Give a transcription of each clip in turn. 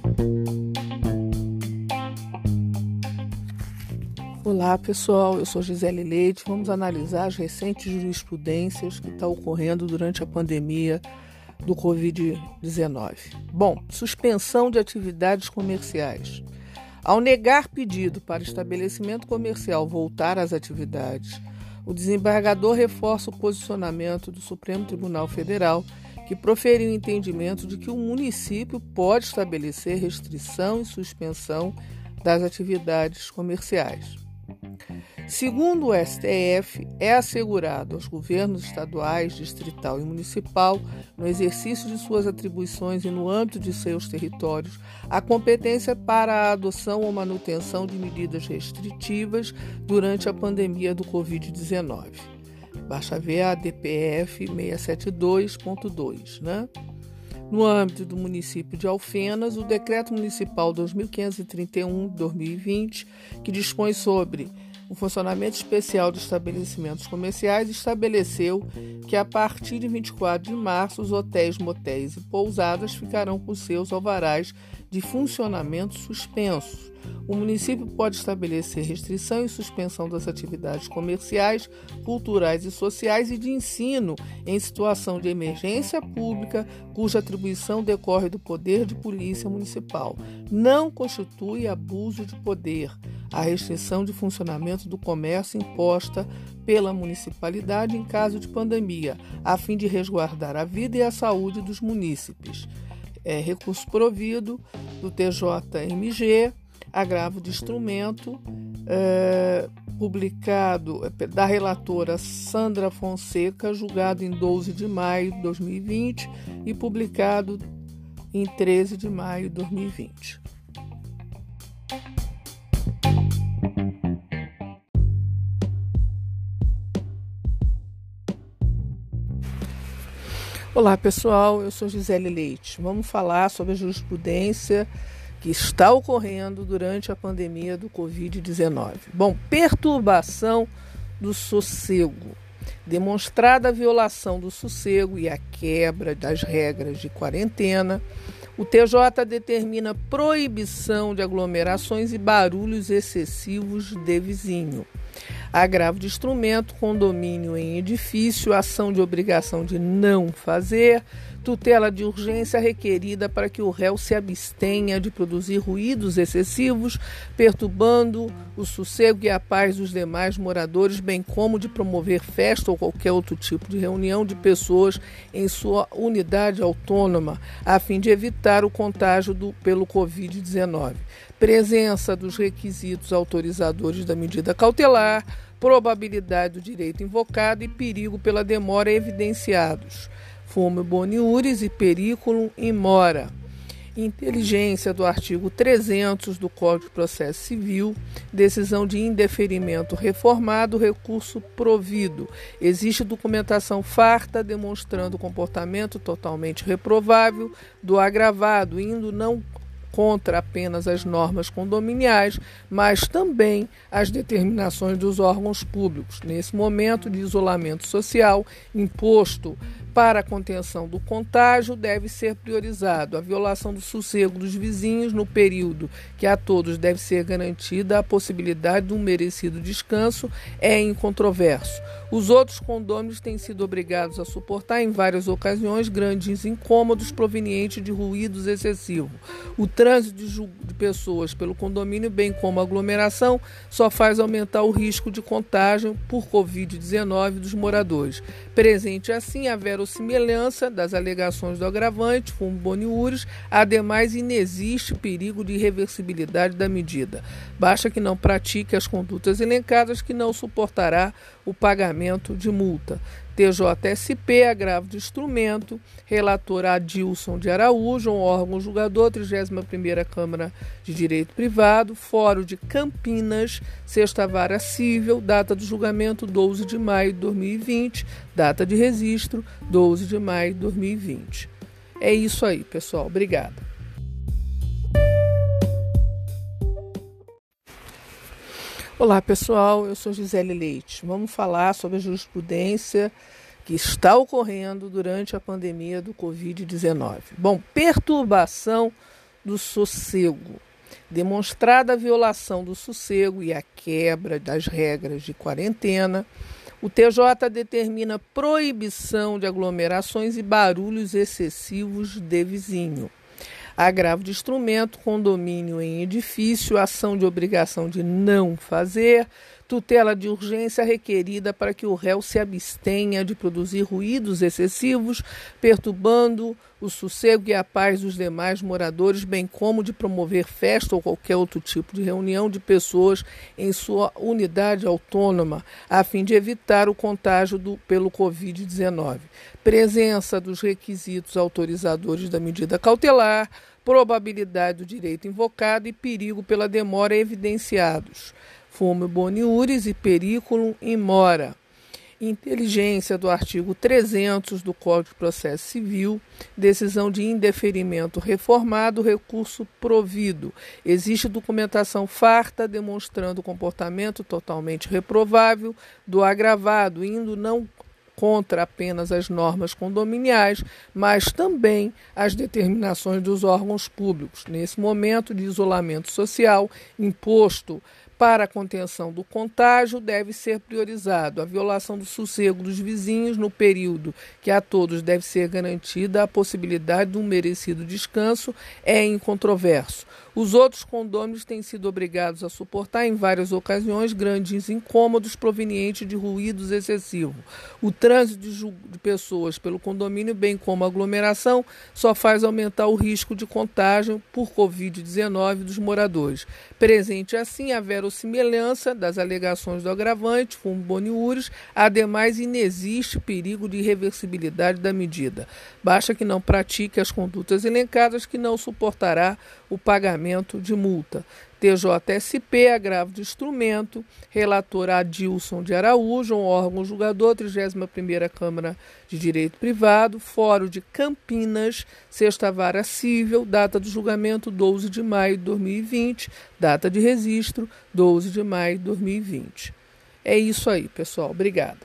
Olá pessoal, eu sou Gisele Leite. Vamos analisar as recentes jurisprudências que estão ocorrendo durante a pandemia do Covid-19. Bom, suspensão de atividades comerciais. Ao negar pedido para estabelecimento comercial voltar às atividades, o desembargador reforça o posicionamento do Supremo Tribunal Federal, que proferiu o entendimento de que o município pode estabelecer restrição e suspensão das atividades comerciais. Segundo o STF, é assegurado aos governos estaduais, distrital e municipal, no exercício de suas atribuições e no âmbito de seus territórios, a competência para a adoção ou manutenção de medidas restritivas durante a pandemia do Covid-19. Basta ver a DPF 672.2, né? No âmbito do município de Alfenas, o Decreto Municipal 2531/2020, que dispõe sobre o funcionamento especial de estabelecimentos comerciais, estabeleceu que a partir de 24 de março os hotéis, motéis e pousadas ficarão com seus alvarás de funcionamento suspensos. O município pode estabelecer restrição e suspensão das atividades comerciais, culturais e sociais e de ensino em situação de emergência pública, cuja atribuição decorre do poder de polícia municipal. Não constitui abuso de poder a restrição de funcionamento do comércio imposta pela municipalidade em caso de pandemia, a fim de resguardar a vida e a saúde dos munícipes. Recurso provido do TJMG, agravo de instrumento, publicado da relatora Sandra Fonseca, julgado em 12 de maio de 2020 e publicado em 13 de maio de 2020. Olá pessoal, eu sou Gisele Leite. Vamos falar sobre a jurisprudência que está ocorrendo durante a pandemia do Covid-19. Bom, perturbação do sossego. Demonstrada a violação do sossego e a quebra das regras de quarentena, o TJ determina proibição de aglomerações e barulhos excessivos de vizinho. Agravo de instrumento, condomínio em edifício, ação de obrigação de não fazer, tutela de urgência requerida para que o réu se abstenha de produzir ruídos excessivos, perturbando o sossego e a paz dos demais moradores, bem como de promover festa ou qualquer outro tipo de reunião de pessoas em sua unidade autônoma, a fim de evitar o contágio pelo Covid-19. Presença dos requisitos autorizadores da medida cautelar, probabilidade do direito invocado e perigo pela demora evidenciados. Fumo boni iuris e periculum in mora. Inteligência do artigo 300 do Código de Processo Civil, decisão de indeferimento reformado, recurso provido. Existe documentação farta demonstrando comportamento totalmente reprovável do agravado, indo não contra apenas as normas condominiais, mas também as determinações dos órgãos públicos. Nesse momento de isolamento social imposto para a contenção do contágio, deve ser priorizado a violação do sossego dos vizinhos no período que a todos deve ser garantida a possibilidade de um merecido descanso, é incontroverso. Os outros condôminos têm sido obrigados a suportar em várias ocasiões grandes incômodos provenientes de ruídos excessivos. O trânsito de pessoas pelo condomínio, bem como a aglomeração, só faz aumentar o risco de contágio por Covid-19 dos moradores. Presente assim a verossimilhança das alegações do agravante, fumo boni iuris, ademais inexiste perigo de irreversibilidade da medida. Basta que não pratique as condutas elencadas, que não suportará o pagamento de multa. TJSP, agravo de instrumento, relator Adilson de Araújo, um órgão julgador, 31ª Câmara de Direito Privado, Fórum de Campinas, Sexta Vara Cível, data do julgamento 12 de maio de 2020, data de registro 12 de maio de 2020. É isso aí, pessoal. Obrigada. Olá pessoal, eu sou Gisele Leite. Vamos falar sobre a jurisprudência que está ocorrendo durante a pandemia do Covid-19. Bom, perturbação do sossego. Demonstrada a violação do sossego e a quebra das regras de quarentena, o TJ determina proibição de aglomerações e barulhos excessivos de vizinho. Agravo de instrumento, condomínio em edifício, ação de obrigação de não fazer, tutela de urgência requerida para que o réu se abstenha de produzir ruídos excessivos, perturbando o sossego e a paz dos demais moradores, bem como de promover festa ou qualquer outro tipo de reunião de pessoas em sua unidade autônoma, a fim de evitar o contágio pelo Covid-19. Presença dos requisitos autorizadores da medida cautelar, probabilidade do direito invocado e perigo pela demora evidenciados. Fumo boniuris e periculum in mora. Inteligência do artigo 300 do Código de Processo Civil, decisão de indeferimento reformado, recurso provido. Existe documentação farta demonstrando comportamento totalmente reprovável do agravado, indo não contra apenas as normas condominiais, mas também as determinações dos órgãos públicos. Nesse momento de isolamento social imposto para a contenção do contágio, deve ser priorizado a violação do sossego dos vizinhos no período que a todos deve ser garantida a possibilidade de um merecido descanso, é incontroverso. Os outros condôminos têm sido obrigados a suportar em várias ocasiões grandes incômodos provenientes de ruídos excessivos. O trânsito de pessoas pelo condomínio, bem como a aglomeração, só faz aumentar o risco de contágio por Covid-19 dos moradores. Presente assim a verossimilhança das alegações do agravante, fumo boniuris, ademais inexiste perigo de irreversibilidade da medida. Basta que não pratique as condutas elencadas, que não suportará o pagamento de multa. TJSP, agravo de instrumento, relator Adilson de Araújo, órgão julgador, 31ª Câmara de Direito Privado, Fórum de Campinas, Sexta Vara Cível, data do julgamento 12 de maio de 2020, data de registro 12 de maio de 2020. É isso aí, pessoal. Obrigada.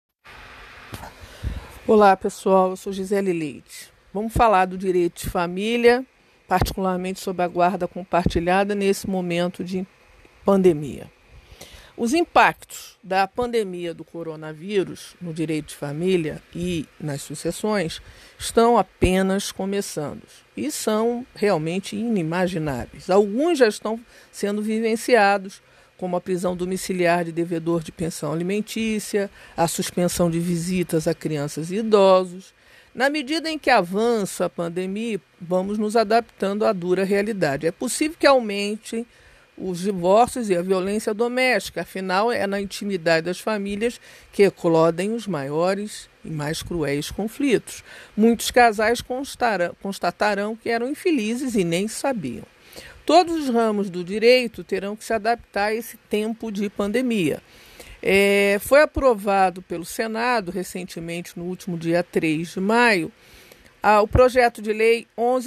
Olá, pessoal. Eu sou Gisele Leite. Vamos falar do direito de família, particularmente sobre a guarda compartilhada nesse momento de pandemia. Os impactos da pandemia do coronavírus no direito de família e nas sucessões estão apenas começando e são realmente inimagináveis. Alguns já estão sendo vivenciados, como a prisão domiciliar de devedor de pensão alimentícia, a suspensão de visitas a crianças e idosos. Na medida em que avança a pandemia, vamos nos adaptando à dura realidade. É possível que aumente os divórcios e a violência doméstica, afinal é na intimidade das famílias que eclodem os maiores e mais cruéis conflitos. Muitos casais constatarão que eram infelizes e nem sabiam. Todos os ramos do direito terão que se adaptar a esse tempo de pandemia. Foi aprovado pelo Senado recentemente, no último dia 3 de maio, o projeto de lei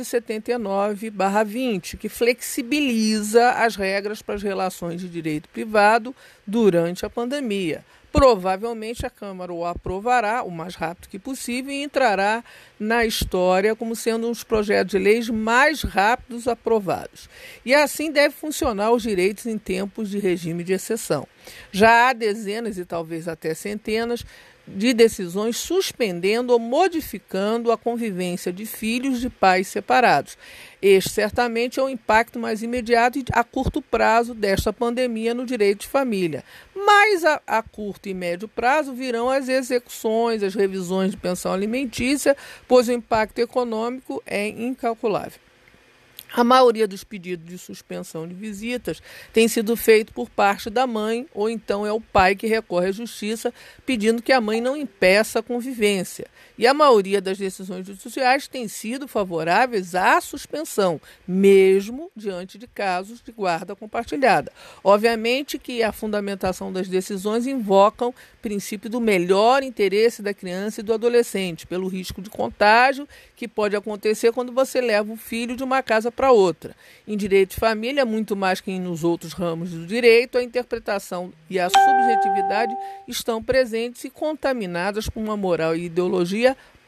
1179/20, que flexibiliza as regras para as relações de direito privado durante a pandemia. Provavelmente a Câmara o aprovará o mais rápido que possível e entrará na história como sendo um dos projetos de leis mais rápidos aprovados. E assim deve funcionar os direitos em tempos de regime de exceção. Já há dezenas e talvez até centenas de decisões suspendendo ou modificando a convivência de filhos de pais separados. Este certamente é o impacto mais imediato e a curto prazo desta pandemia no direito de família. Mas a curto e médio prazo virão as execuções, as revisões de pensão alimentícia, pois o impacto econômico é incalculável. A maioria dos pedidos de suspensão de visitas tem sido feito por parte da mãe, ou então é o pai que recorre à justiça pedindo que a mãe não impeça a convivência. E a maioria das decisões judiciais tem sido favoráveis à suspensão, mesmo diante de casos de guarda compartilhada. Obviamente que a fundamentação das decisões invocam o princípio do melhor interesse da criança e do adolescente, pelo risco de contágio que pode acontecer quando você leva o filho de uma casa para outra. Em direito de família, muito mais que nos outros ramos do direito, a interpretação e a subjetividade estão presentes e contaminadas por uma moral e ideologia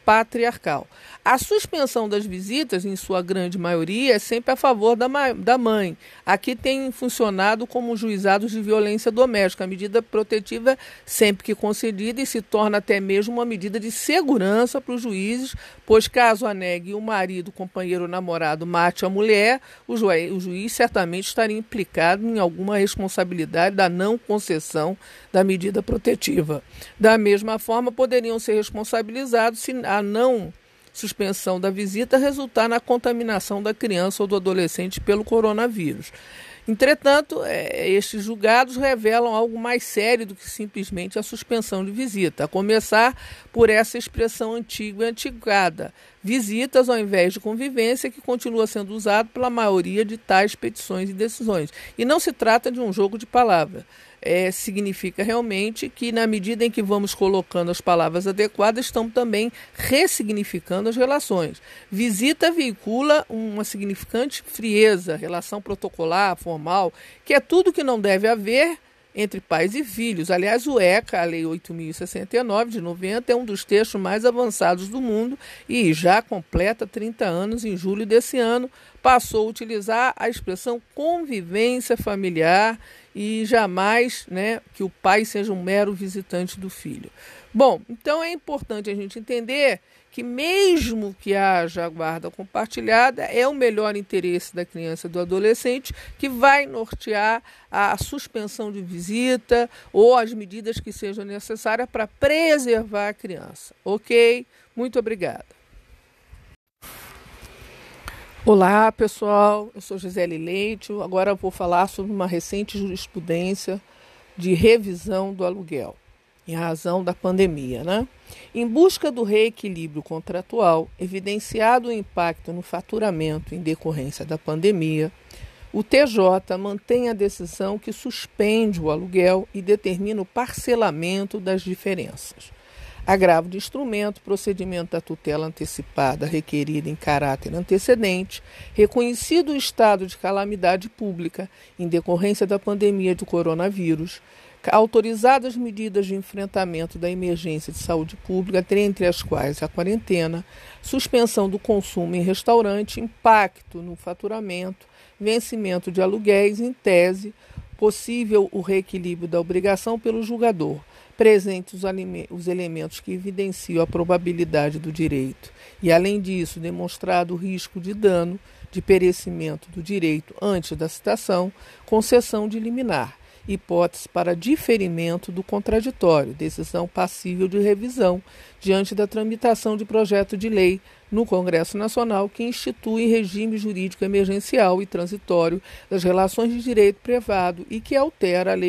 patriarcal. A suspensão das visitas, em sua grande maioria, é sempre a favor da mãe. Aqui tem funcionado como juizados de violência doméstica. A medida protetiva, sempre que concedida, e se torna até mesmo uma medida de segurança para os juízes, pois caso a negue o marido, companheiro, namorado mate a mulher, o juiz certamente estaria implicado em alguma responsabilidade da não concessão da medida protetiva. Da mesma forma, poderiam ser responsabilizados se a não suspensão da visita resultar na contaminação da criança ou do adolescente pelo coronavírus. Entretanto, estes julgados revelam algo mais sério do que simplesmente a suspensão de visita, a começar por essa expressão antiga e antiquada, visitas ao invés de convivência, que continua sendo usado pela maioria de tais petições e decisões. E não se trata de um jogo de palavras. Significa realmente que, na medida em que vamos colocando as palavras adequadas, estamos também ressignificando as relações. Visita veicula uma significante frieza, relação protocolar, formal, que é tudo que não deve haver entre pais e filhos. Aliás, o ECA, a Lei 8.069, de 90, é um dos textos mais avançados do mundo e já completa 30 anos em julho desse ano. Passou a utilizar a expressão convivência familiar e jamais, que o pai seja um mero visitante do filho. Bom, então é importante a gente entender que mesmo que haja a guarda compartilhada, é o melhor interesse da criança e do adolescente que vai nortear a suspensão de visita ou as medidas que sejam necessárias para preservar a criança. Ok? Muito obrigada. Olá, pessoal. Eu sou Gisele Leite. Agora eu vou falar sobre uma recente jurisprudência de revisão do aluguel, em razão da pandemia, Em busca do reequilíbrio contratual, evidenciado o impacto no faturamento em decorrência da pandemia, o TJ mantém a decisão que suspende o aluguel e determina o parcelamento das diferenças. Agravo de instrumento, procedimento da tutela antecipada requerida em caráter antecedente, reconhecido o estado de calamidade pública em decorrência da pandemia do coronavírus, autorizadas medidas de enfrentamento da emergência de saúde pública, entre as quais a quarentena, suspensão do consumo em restaurante, impacto no faturamento, vencimento de aluguéis, em tese, possível o reequilíbrio da obrigação pelo julgador, presentes os elementos que evidenciam a probabilidade do direito e, além disso, demonstrado o risco de dano, de perecimento do direito antes da citação, concessão de liminar, hipótese para diferimento do contraditório, decisão passível de revisão diante da tramitação de projeto de lei no Congresso Nacional que institui regime jurídico emergencial e transitório das relações de direito privado e que altera a Lei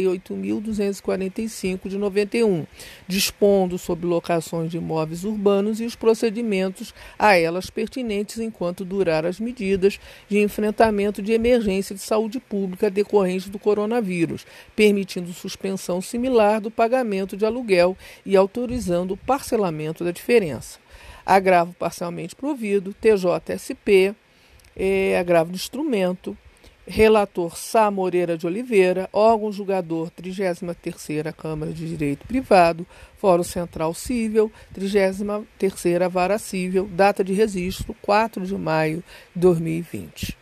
8.245 de 91, dispondo sobre locações de imóveis urbanos e os procedimentos a elas pertinentes enquanto durar as medidas de enfrentamento de emergência de saúde pública decorrente do coronavírus, permitindo suspensão similar do pagamento de aluguel e autorizando o parcelamento da diferença. Agravo parcialmente provido, TJSP, agravo de instrumento, relator Sá Moreira de Oliveira, órgão julgador 33ª Câmara de Direito Privado, Fórum Central Cível, 33ª Vara Cível, data de registro 4 de maio de 2020.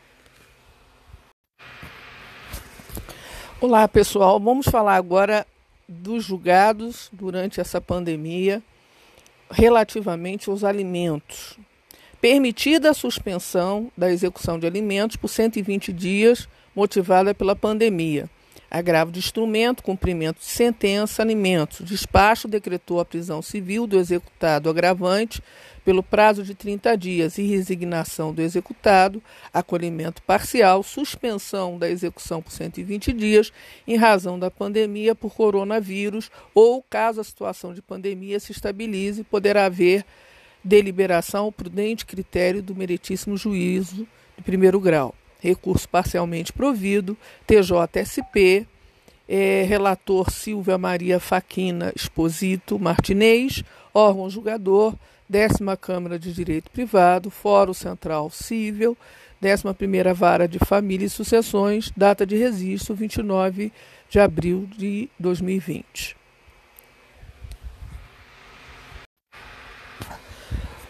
Olá, pessoal. Vamos falar agora dos julgados durante essa pandemia relativamente aos alimentos. Permitida a suspensão da execução de alimentos por 120 dias, motivada pela pandemia. Agravo de instrumento, cumprimento de sentença, alimentos. Despacho decretou a prisão civil do executado agravante pelo prazo de 30 dias e resignação do executado, acolhimento parcial, suspensão da execução por 120 dias em razão da pandemia por coronavírus ou, caso a situação de pandemia se estabilize, poderá haver deliberação ao prudente critério do meritíssimo juízo de primeiro grau. Recurso parcialmente provido, TJSP, relator Silvia Maria Faquina Exposito Martinez, órgão julgador, 10ª Câmara de Direito Privado, Fórum Central Cível, 11ª Vara de Família e Sucessões, data de registro 29 de abril de 2020.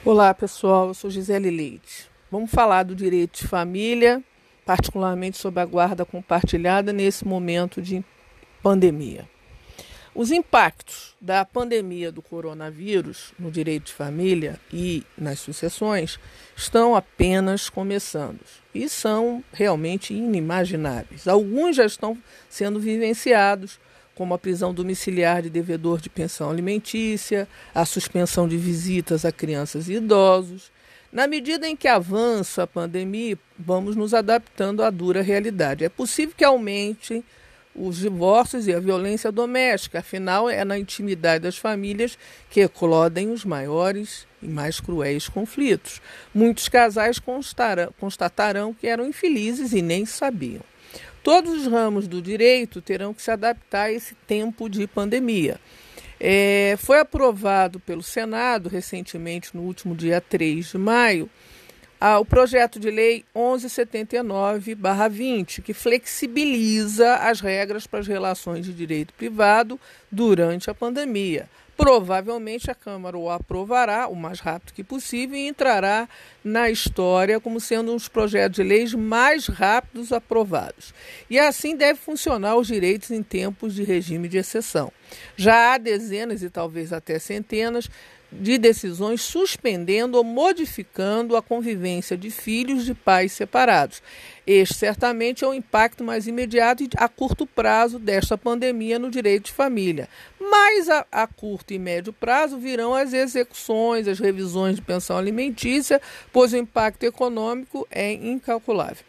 Olá, pessoal, eu sou Gisele Leite. Vamos falar do direito de família, particularmente sobre a guarda compartilhada nesse momento de pandemia. Os impactos da pandemia do coronavírus no direito de família e nas sucessões estão apenas começando e são realmente inimagináveis. Alguns já estão sendo vivenciados, como a prisão domiciliar de devedor de pensão alimentícia, a suspensão de visitas a crianças e idosos. Na medida em que avança a pandemia, vamos nos adaptando à dura realidade. É possível que aumente os divórcios e a violência doméstica, afinal é na intimidade das famílias que eclodem os maiores e mais cruéis conflitos. Muitos casais constatarão que eram infelizes e nem sabiam. Todos os ramos do direito terão que se adaptar a esse tempo de pandemia. Foi aprovado pelo Senado recentemente, no último dia 3 de maio, o projeto de lei 1179/20, que flexibiliza as regras para as relações de direito privado durante a pandemia. Provavelmente a Câmara o aprovará o mais rápido que possível e entrará na história como sendo um dos projetos de leis mais rápidos aprovados. E assim deve funcionar os direitos em tempos de regime de exceção. Já há dezenas e talvez até centenas de decisões suspendendo ou modificando a convivência de filhos de pais separados. Este certamente é o impacto mais imediato e a curto prazo desta pandemia no direito de família. Mas a curto e médio prazo virão as execuções, as revisões de pensão alimentícia, pois o impacto econômico é incalculável.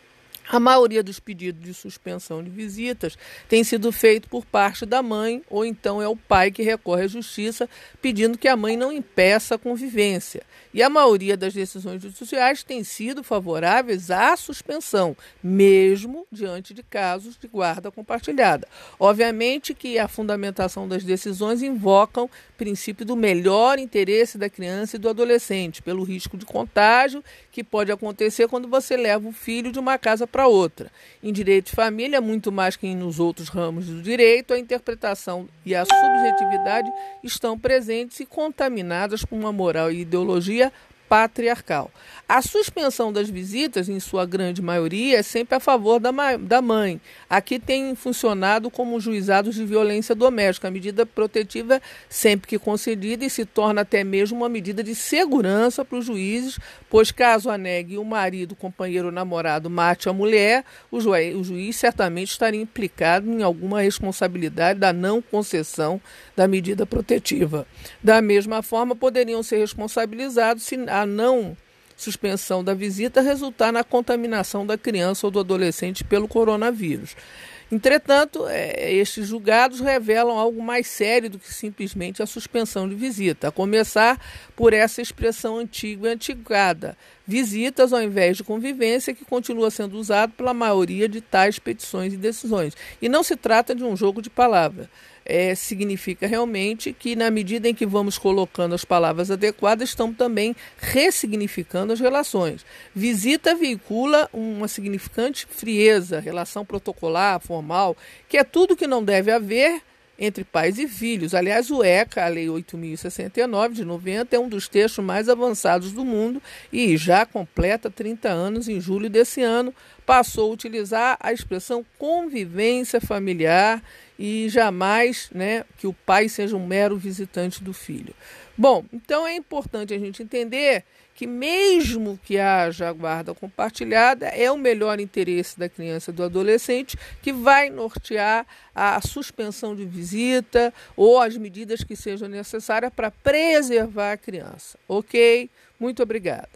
A maioria dos pedidos de suspensão de visitas tem sido feito por parte da mãe, ou então é o pai que recorre à justiça pedindo que a mãe não impeça a convivência. E a maioria das decisões judiciais tem sido favoráveis à suspensão, mesmo diante de casos de guarda compartilhada. Obviamente que a fundamentação das decisões invocam o princípio do melhor interesse da criança e do adolescente, pelo risco de contágio que pode acontecer quando você leva o filho de uma casa para outra. Em direito de família, muito mais que nos outros ramos do direito, a interpretação e a subjetividade estão presentes e contaminadas por uma moral e ideologia patriarcal. A suspensão das visitas, em sua grande maioria, é sempre a favor da mãe. Aqui tem funcionado como juizados de violência doméstica, a medida protetiva sempre que concedida e se torna até mesmo uma medida de segurança para os juízes, pois caso a negue o marido, o companheiro ou namorado mate a mulher, o juiz certamente estaria implicado em alguma responsabilidade da não concessão da medida protetiva. Da mesma forma, poderiam ser responsabilizados se a não suspensão da visita resultar na contaminação da criança ou do adolescente pelo coronavírus. Entretanto, estes julgados revelam algo mais sério do que simplesmente a suspensão de visita, a começar por essa expressão antiga e antiquada, visitas ao invés de convivência, que continua sendo usado pela maioria de tais petições e decisões. E não se trata de um jogo de palavras. Significa realmente que, na medida em que vamos colocando as palavras adequadas, estamos também ressignificando as relações. Visita veicula uma significante frieza, relação protocolar, formal, que é tudo que não deve haver entre pais e filhos. Aliás, o ECA, a Lei 8.069 de 90, é um dos textos mais avançados do mundo e já completa 30 anos em julho desse ano. Passou a utilizar a expressão convivência familiar e jamais, que o pai seja um mero visitante do filho. Bom, então é importante a gente entender que mesmo que haja a guarda compartilhada, é o melhor interesse da criança e do adolescente que vai nortear a suspensão de visita ou as medidas que sejam necessárias para preservar a criança. Ok? Muito obrigada.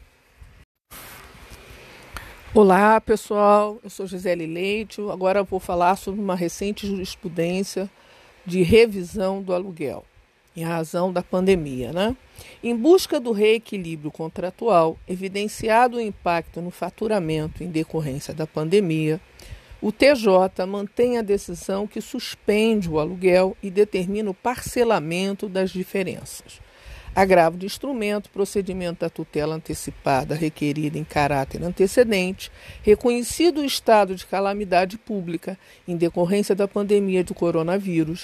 Olá, pessoal. Eu sou Gisele Leite. Agora eu vou falar sobre uma recente jurisprudência de revisão do aluguel, em razão da pandemia, Em busca do reequilíbrio contratual, evidenciado o impacto no faturamento em decorrência da pandemia, o TJ mantém a decisão que suspende o aluguel e determina o parcelamento das diferenças. Agravo de instrumento, procedimento da tutela antecipada requerida em caráter antecedente, reconhecido o estado de calamidade pública em decorrência da pandemia do coronavírus,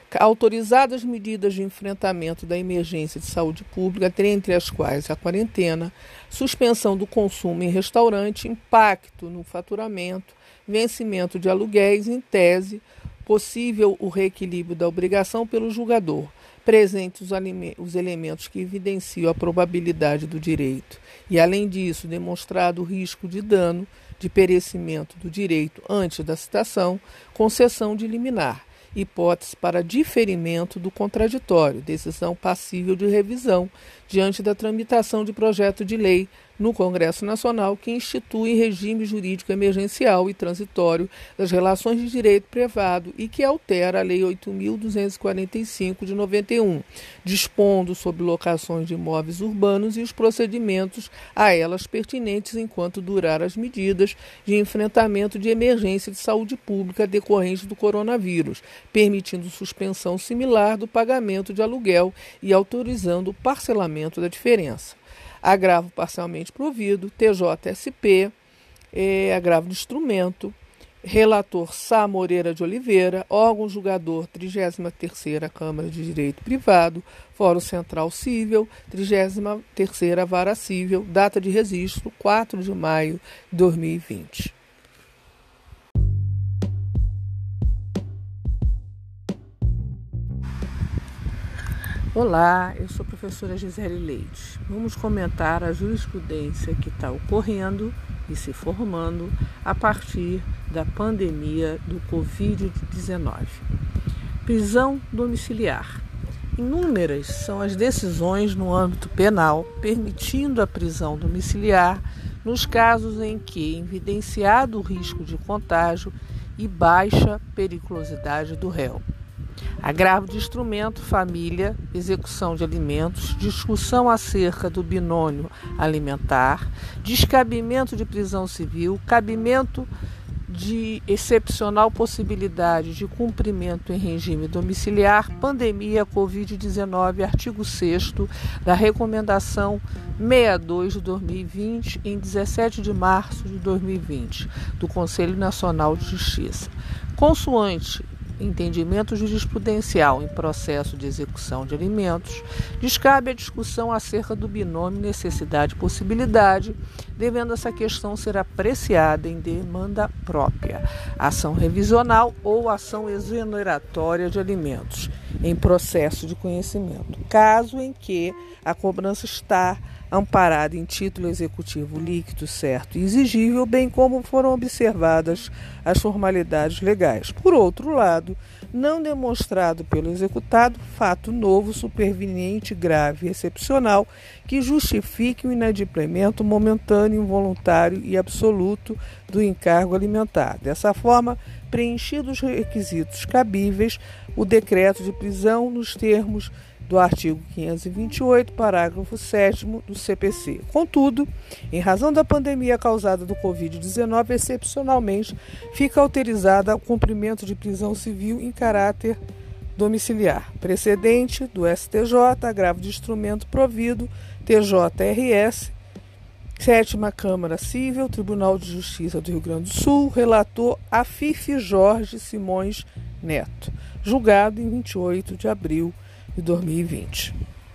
Autorizadas medidas de enfrentamento da emergência de saúde pública, entre as quais a quarentena, suspensão do consumo em restaurante, impacto no faturamento, vencimento de aluguéis, em tese, possível o reequilíbrio da obrigação pelo julgador, presentes os elementos que evidenciam a probabilidade do direito e, além disso, demonstrado o risco de dano, de perecimento do direito antes da citação, concessão de liminar, hipótese para diferimento do contraditório, decisão passível de revisão diante da tramitação de projeto de lei no Congresso Nacional que institui regime jurídico emergencial e transitório das relações de direito privado e que altera a Lei 8.245 de 91, dispondo sobre locações de imóveis urbanos e os procedimentos a elas pertinentes enquanto durar as medidas de enfrentamento de emergência de saúde pública decorrente do coronavírus, permitindo suspensão similar do pagamento de aluguel e autorizando o parcelamento da diferença. Agravo parcialmente provido, TJSP, agravo de instrumento, relator Sá Moreira de Oliveira, órgão julgador 33ª Câmara de Direito Privado, Fórum Central Cível, 33ª Vara Cível, data de registro 4 de maio de 2020. Olá, eu sou a professora Gisele Leite. Vamos comentar a jurisprudência que está ocorrendo e se formando a partir da pandemia do Covid-19. Prisão domiciliar. Inúmeras são as decisões no âmbito penal permitindo a prisão domiciliar nos casos em que evidenciado o risco de contágio e baixa periculosidade do réu. Agravo de instrumento, família, execução de alimentos, discussão acerca do binômio alimentar, descabimento de prisão civil, cabimento de excepcional possibilidade de cumprimento em regime domiciliar, pandemia Covid-19, artigo 6º da Recomendação 62 de 2020, em 17 de março de 2020, do Conselho Nacional de Justiça. Consoante entendimento jurisprudencial em processo de execução de alimentos, descabe a discussão acerca do binômio necessidade-possibilidade, devendo essa questão ser apreciada em demanda própria, ação revisional ou ação exoneratória de alimentos, em processo de conhecimento, caso em que a cobrança está amparada em título executivo líquido, certo e exigível, bem como foram observadas as formalidades legais. Por outro lado, não demonstrado pelo executado fato novo, superveniente, grave e excepcional que justifique o inadimplemento momentâneo, involuntário e absoluto do encargo alimentar. Dessa forma, preenchidos os requisitos cabíveis, o decreto de prisão nos termos do artigo 528, parágrafo 7º do CPC. Contudo, em razão da pandemia causada do Covid-19, excepcionalmente, fica autorizada o cumprimento de prisão civil em caráter domiciliar. Precedente do STJ, agravo de instrumento provido, TJRS, 7ª Câmara Cível, Tribunal de Justiça do Rio Grande do Sul, relator Afife Jorge Simões Neto, julgado em 28 de abril de 2020.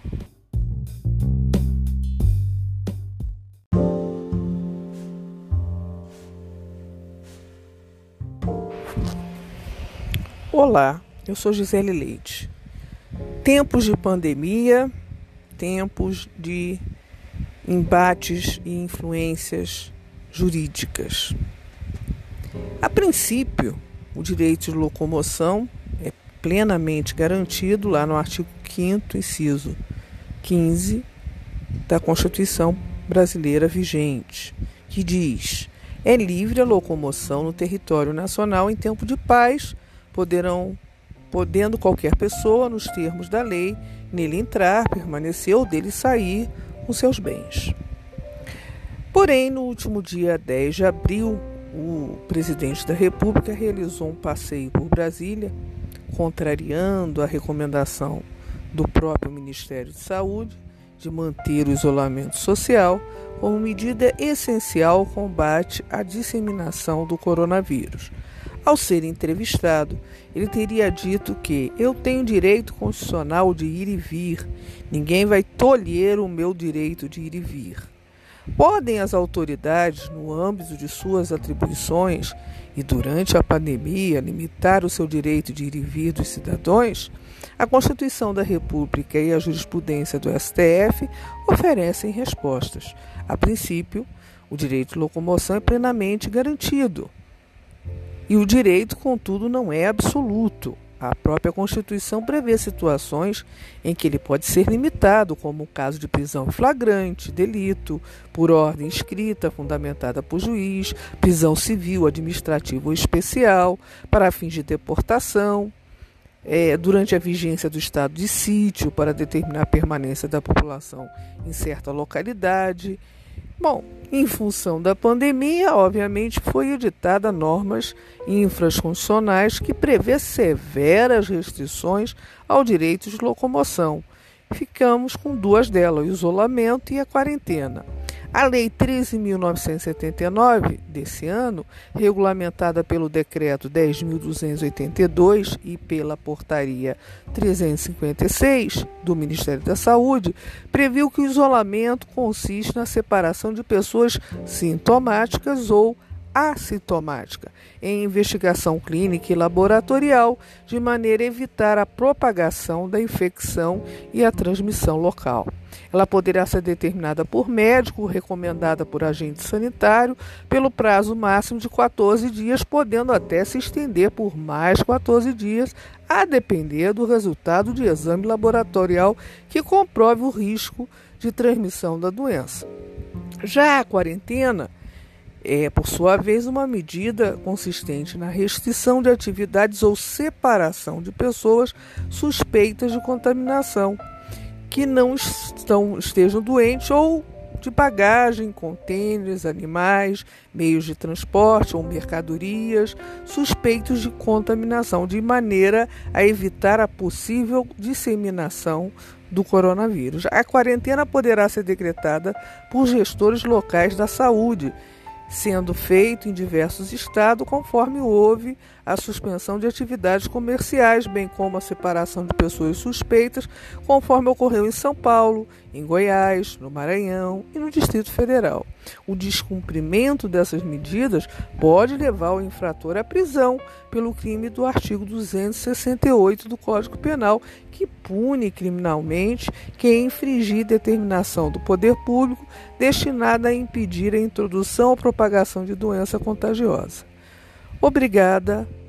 Olá, eu sou Gisele Leite. Tempos de pandemia, tempos de embates e influências jurídicas. A princípio, o direito de locomoção é plenamente garantido lá no artigo 5º, inciso 15 da Constituição Brasileira vigente, que diz: é livre a locomoção no território nacional em tempo de paz, podendo qualquer pessoa, nos termos da lei, nele entrar, permanecer ou dele sair com seus bens. Porém, no último dia 10 de abril, o presidente da República realizou um passeio por Brasília, contrariando a recomendação do próprio Ministério de Saúde de manter o isolamento social como medida essencial ao combate à disseminação do coronavírus. Ao ser entrevistado, ele teria dito que eu tenho direito constitucional de ir e vir, ninguém vai tolher o meu direito de ir e vir. Podem as autoridades, no âmbito de suas atribuições e durante a pandemia, limitar o seu direito de ir e vir dos cidadãos? A Constituição da República e a jurisprudência do STF oferecem respostas. A princípio, o direito de locomoção é plenamente garantido. E o direito, contudo, não é absoluto. A própria Constituição prevê situações em que ele pode ser limitado, como o caso de prisão em flagrante, delito, por ordem escrita, fundamentada por juiz, prisão civil, administrativa ou especial, para fins de deportação, durante a vigência do estado de sítio, para determinar a permanência da população em certa localidade. Bom, em função da pandemia, obviamente, foi editada normas infraconstitucionais que prevê severas restrições ao direito de locomoção. Ficamos com duas delas, o isolamento e a quarentena. A Lei 13.979 desse ano, regulamentada pelo Decreto 10.282 e pela Portaria 356 do Ministério da Saúde, previu que o isolamento consiste na separação de pessoas sintomáticas ou assintomática, em investigação clínica e laboratorial, de maneira a evitar a propagação da infecção e a transmissão local. Ela poderá ser determinada por médico, recomendada por agente sanitário, pelo prazo máximo de 14 dias, podendo até se estender por mais 14 dias, a depender do resultado de exame laboratorial que comprove o risco de transmissão da doença. Já a quarentena é, por sua vez, uma medida consistente na restrição de atividades ou separação de pessoas suspeitas de contaminação, que não estejam doentes, ou de bagagem, contêineres, animais, meios de transporte ou mercadorias suspeitos de contaminação, de maneira a evitar a possível disseminação do coronavírus. A quarentena poderá ser decretada por gestores locais da saúde, sendo feito em diversos estados, conforme houve a suspensão de atividades comerciais, bem como a separação de pessoas suspeitas, conforme ocorreu em São Paulo, em Goiás, no Maranhão e no Distrito Federal. O descumprimento dessas medidas pode levar o infrator à prisão pelo crime do artigo 268 do Código Penal, que pune criminalmente quem infringir determinação do poder público destinada a impedir a introdução ou propagação de doença contagiosa. Obrigada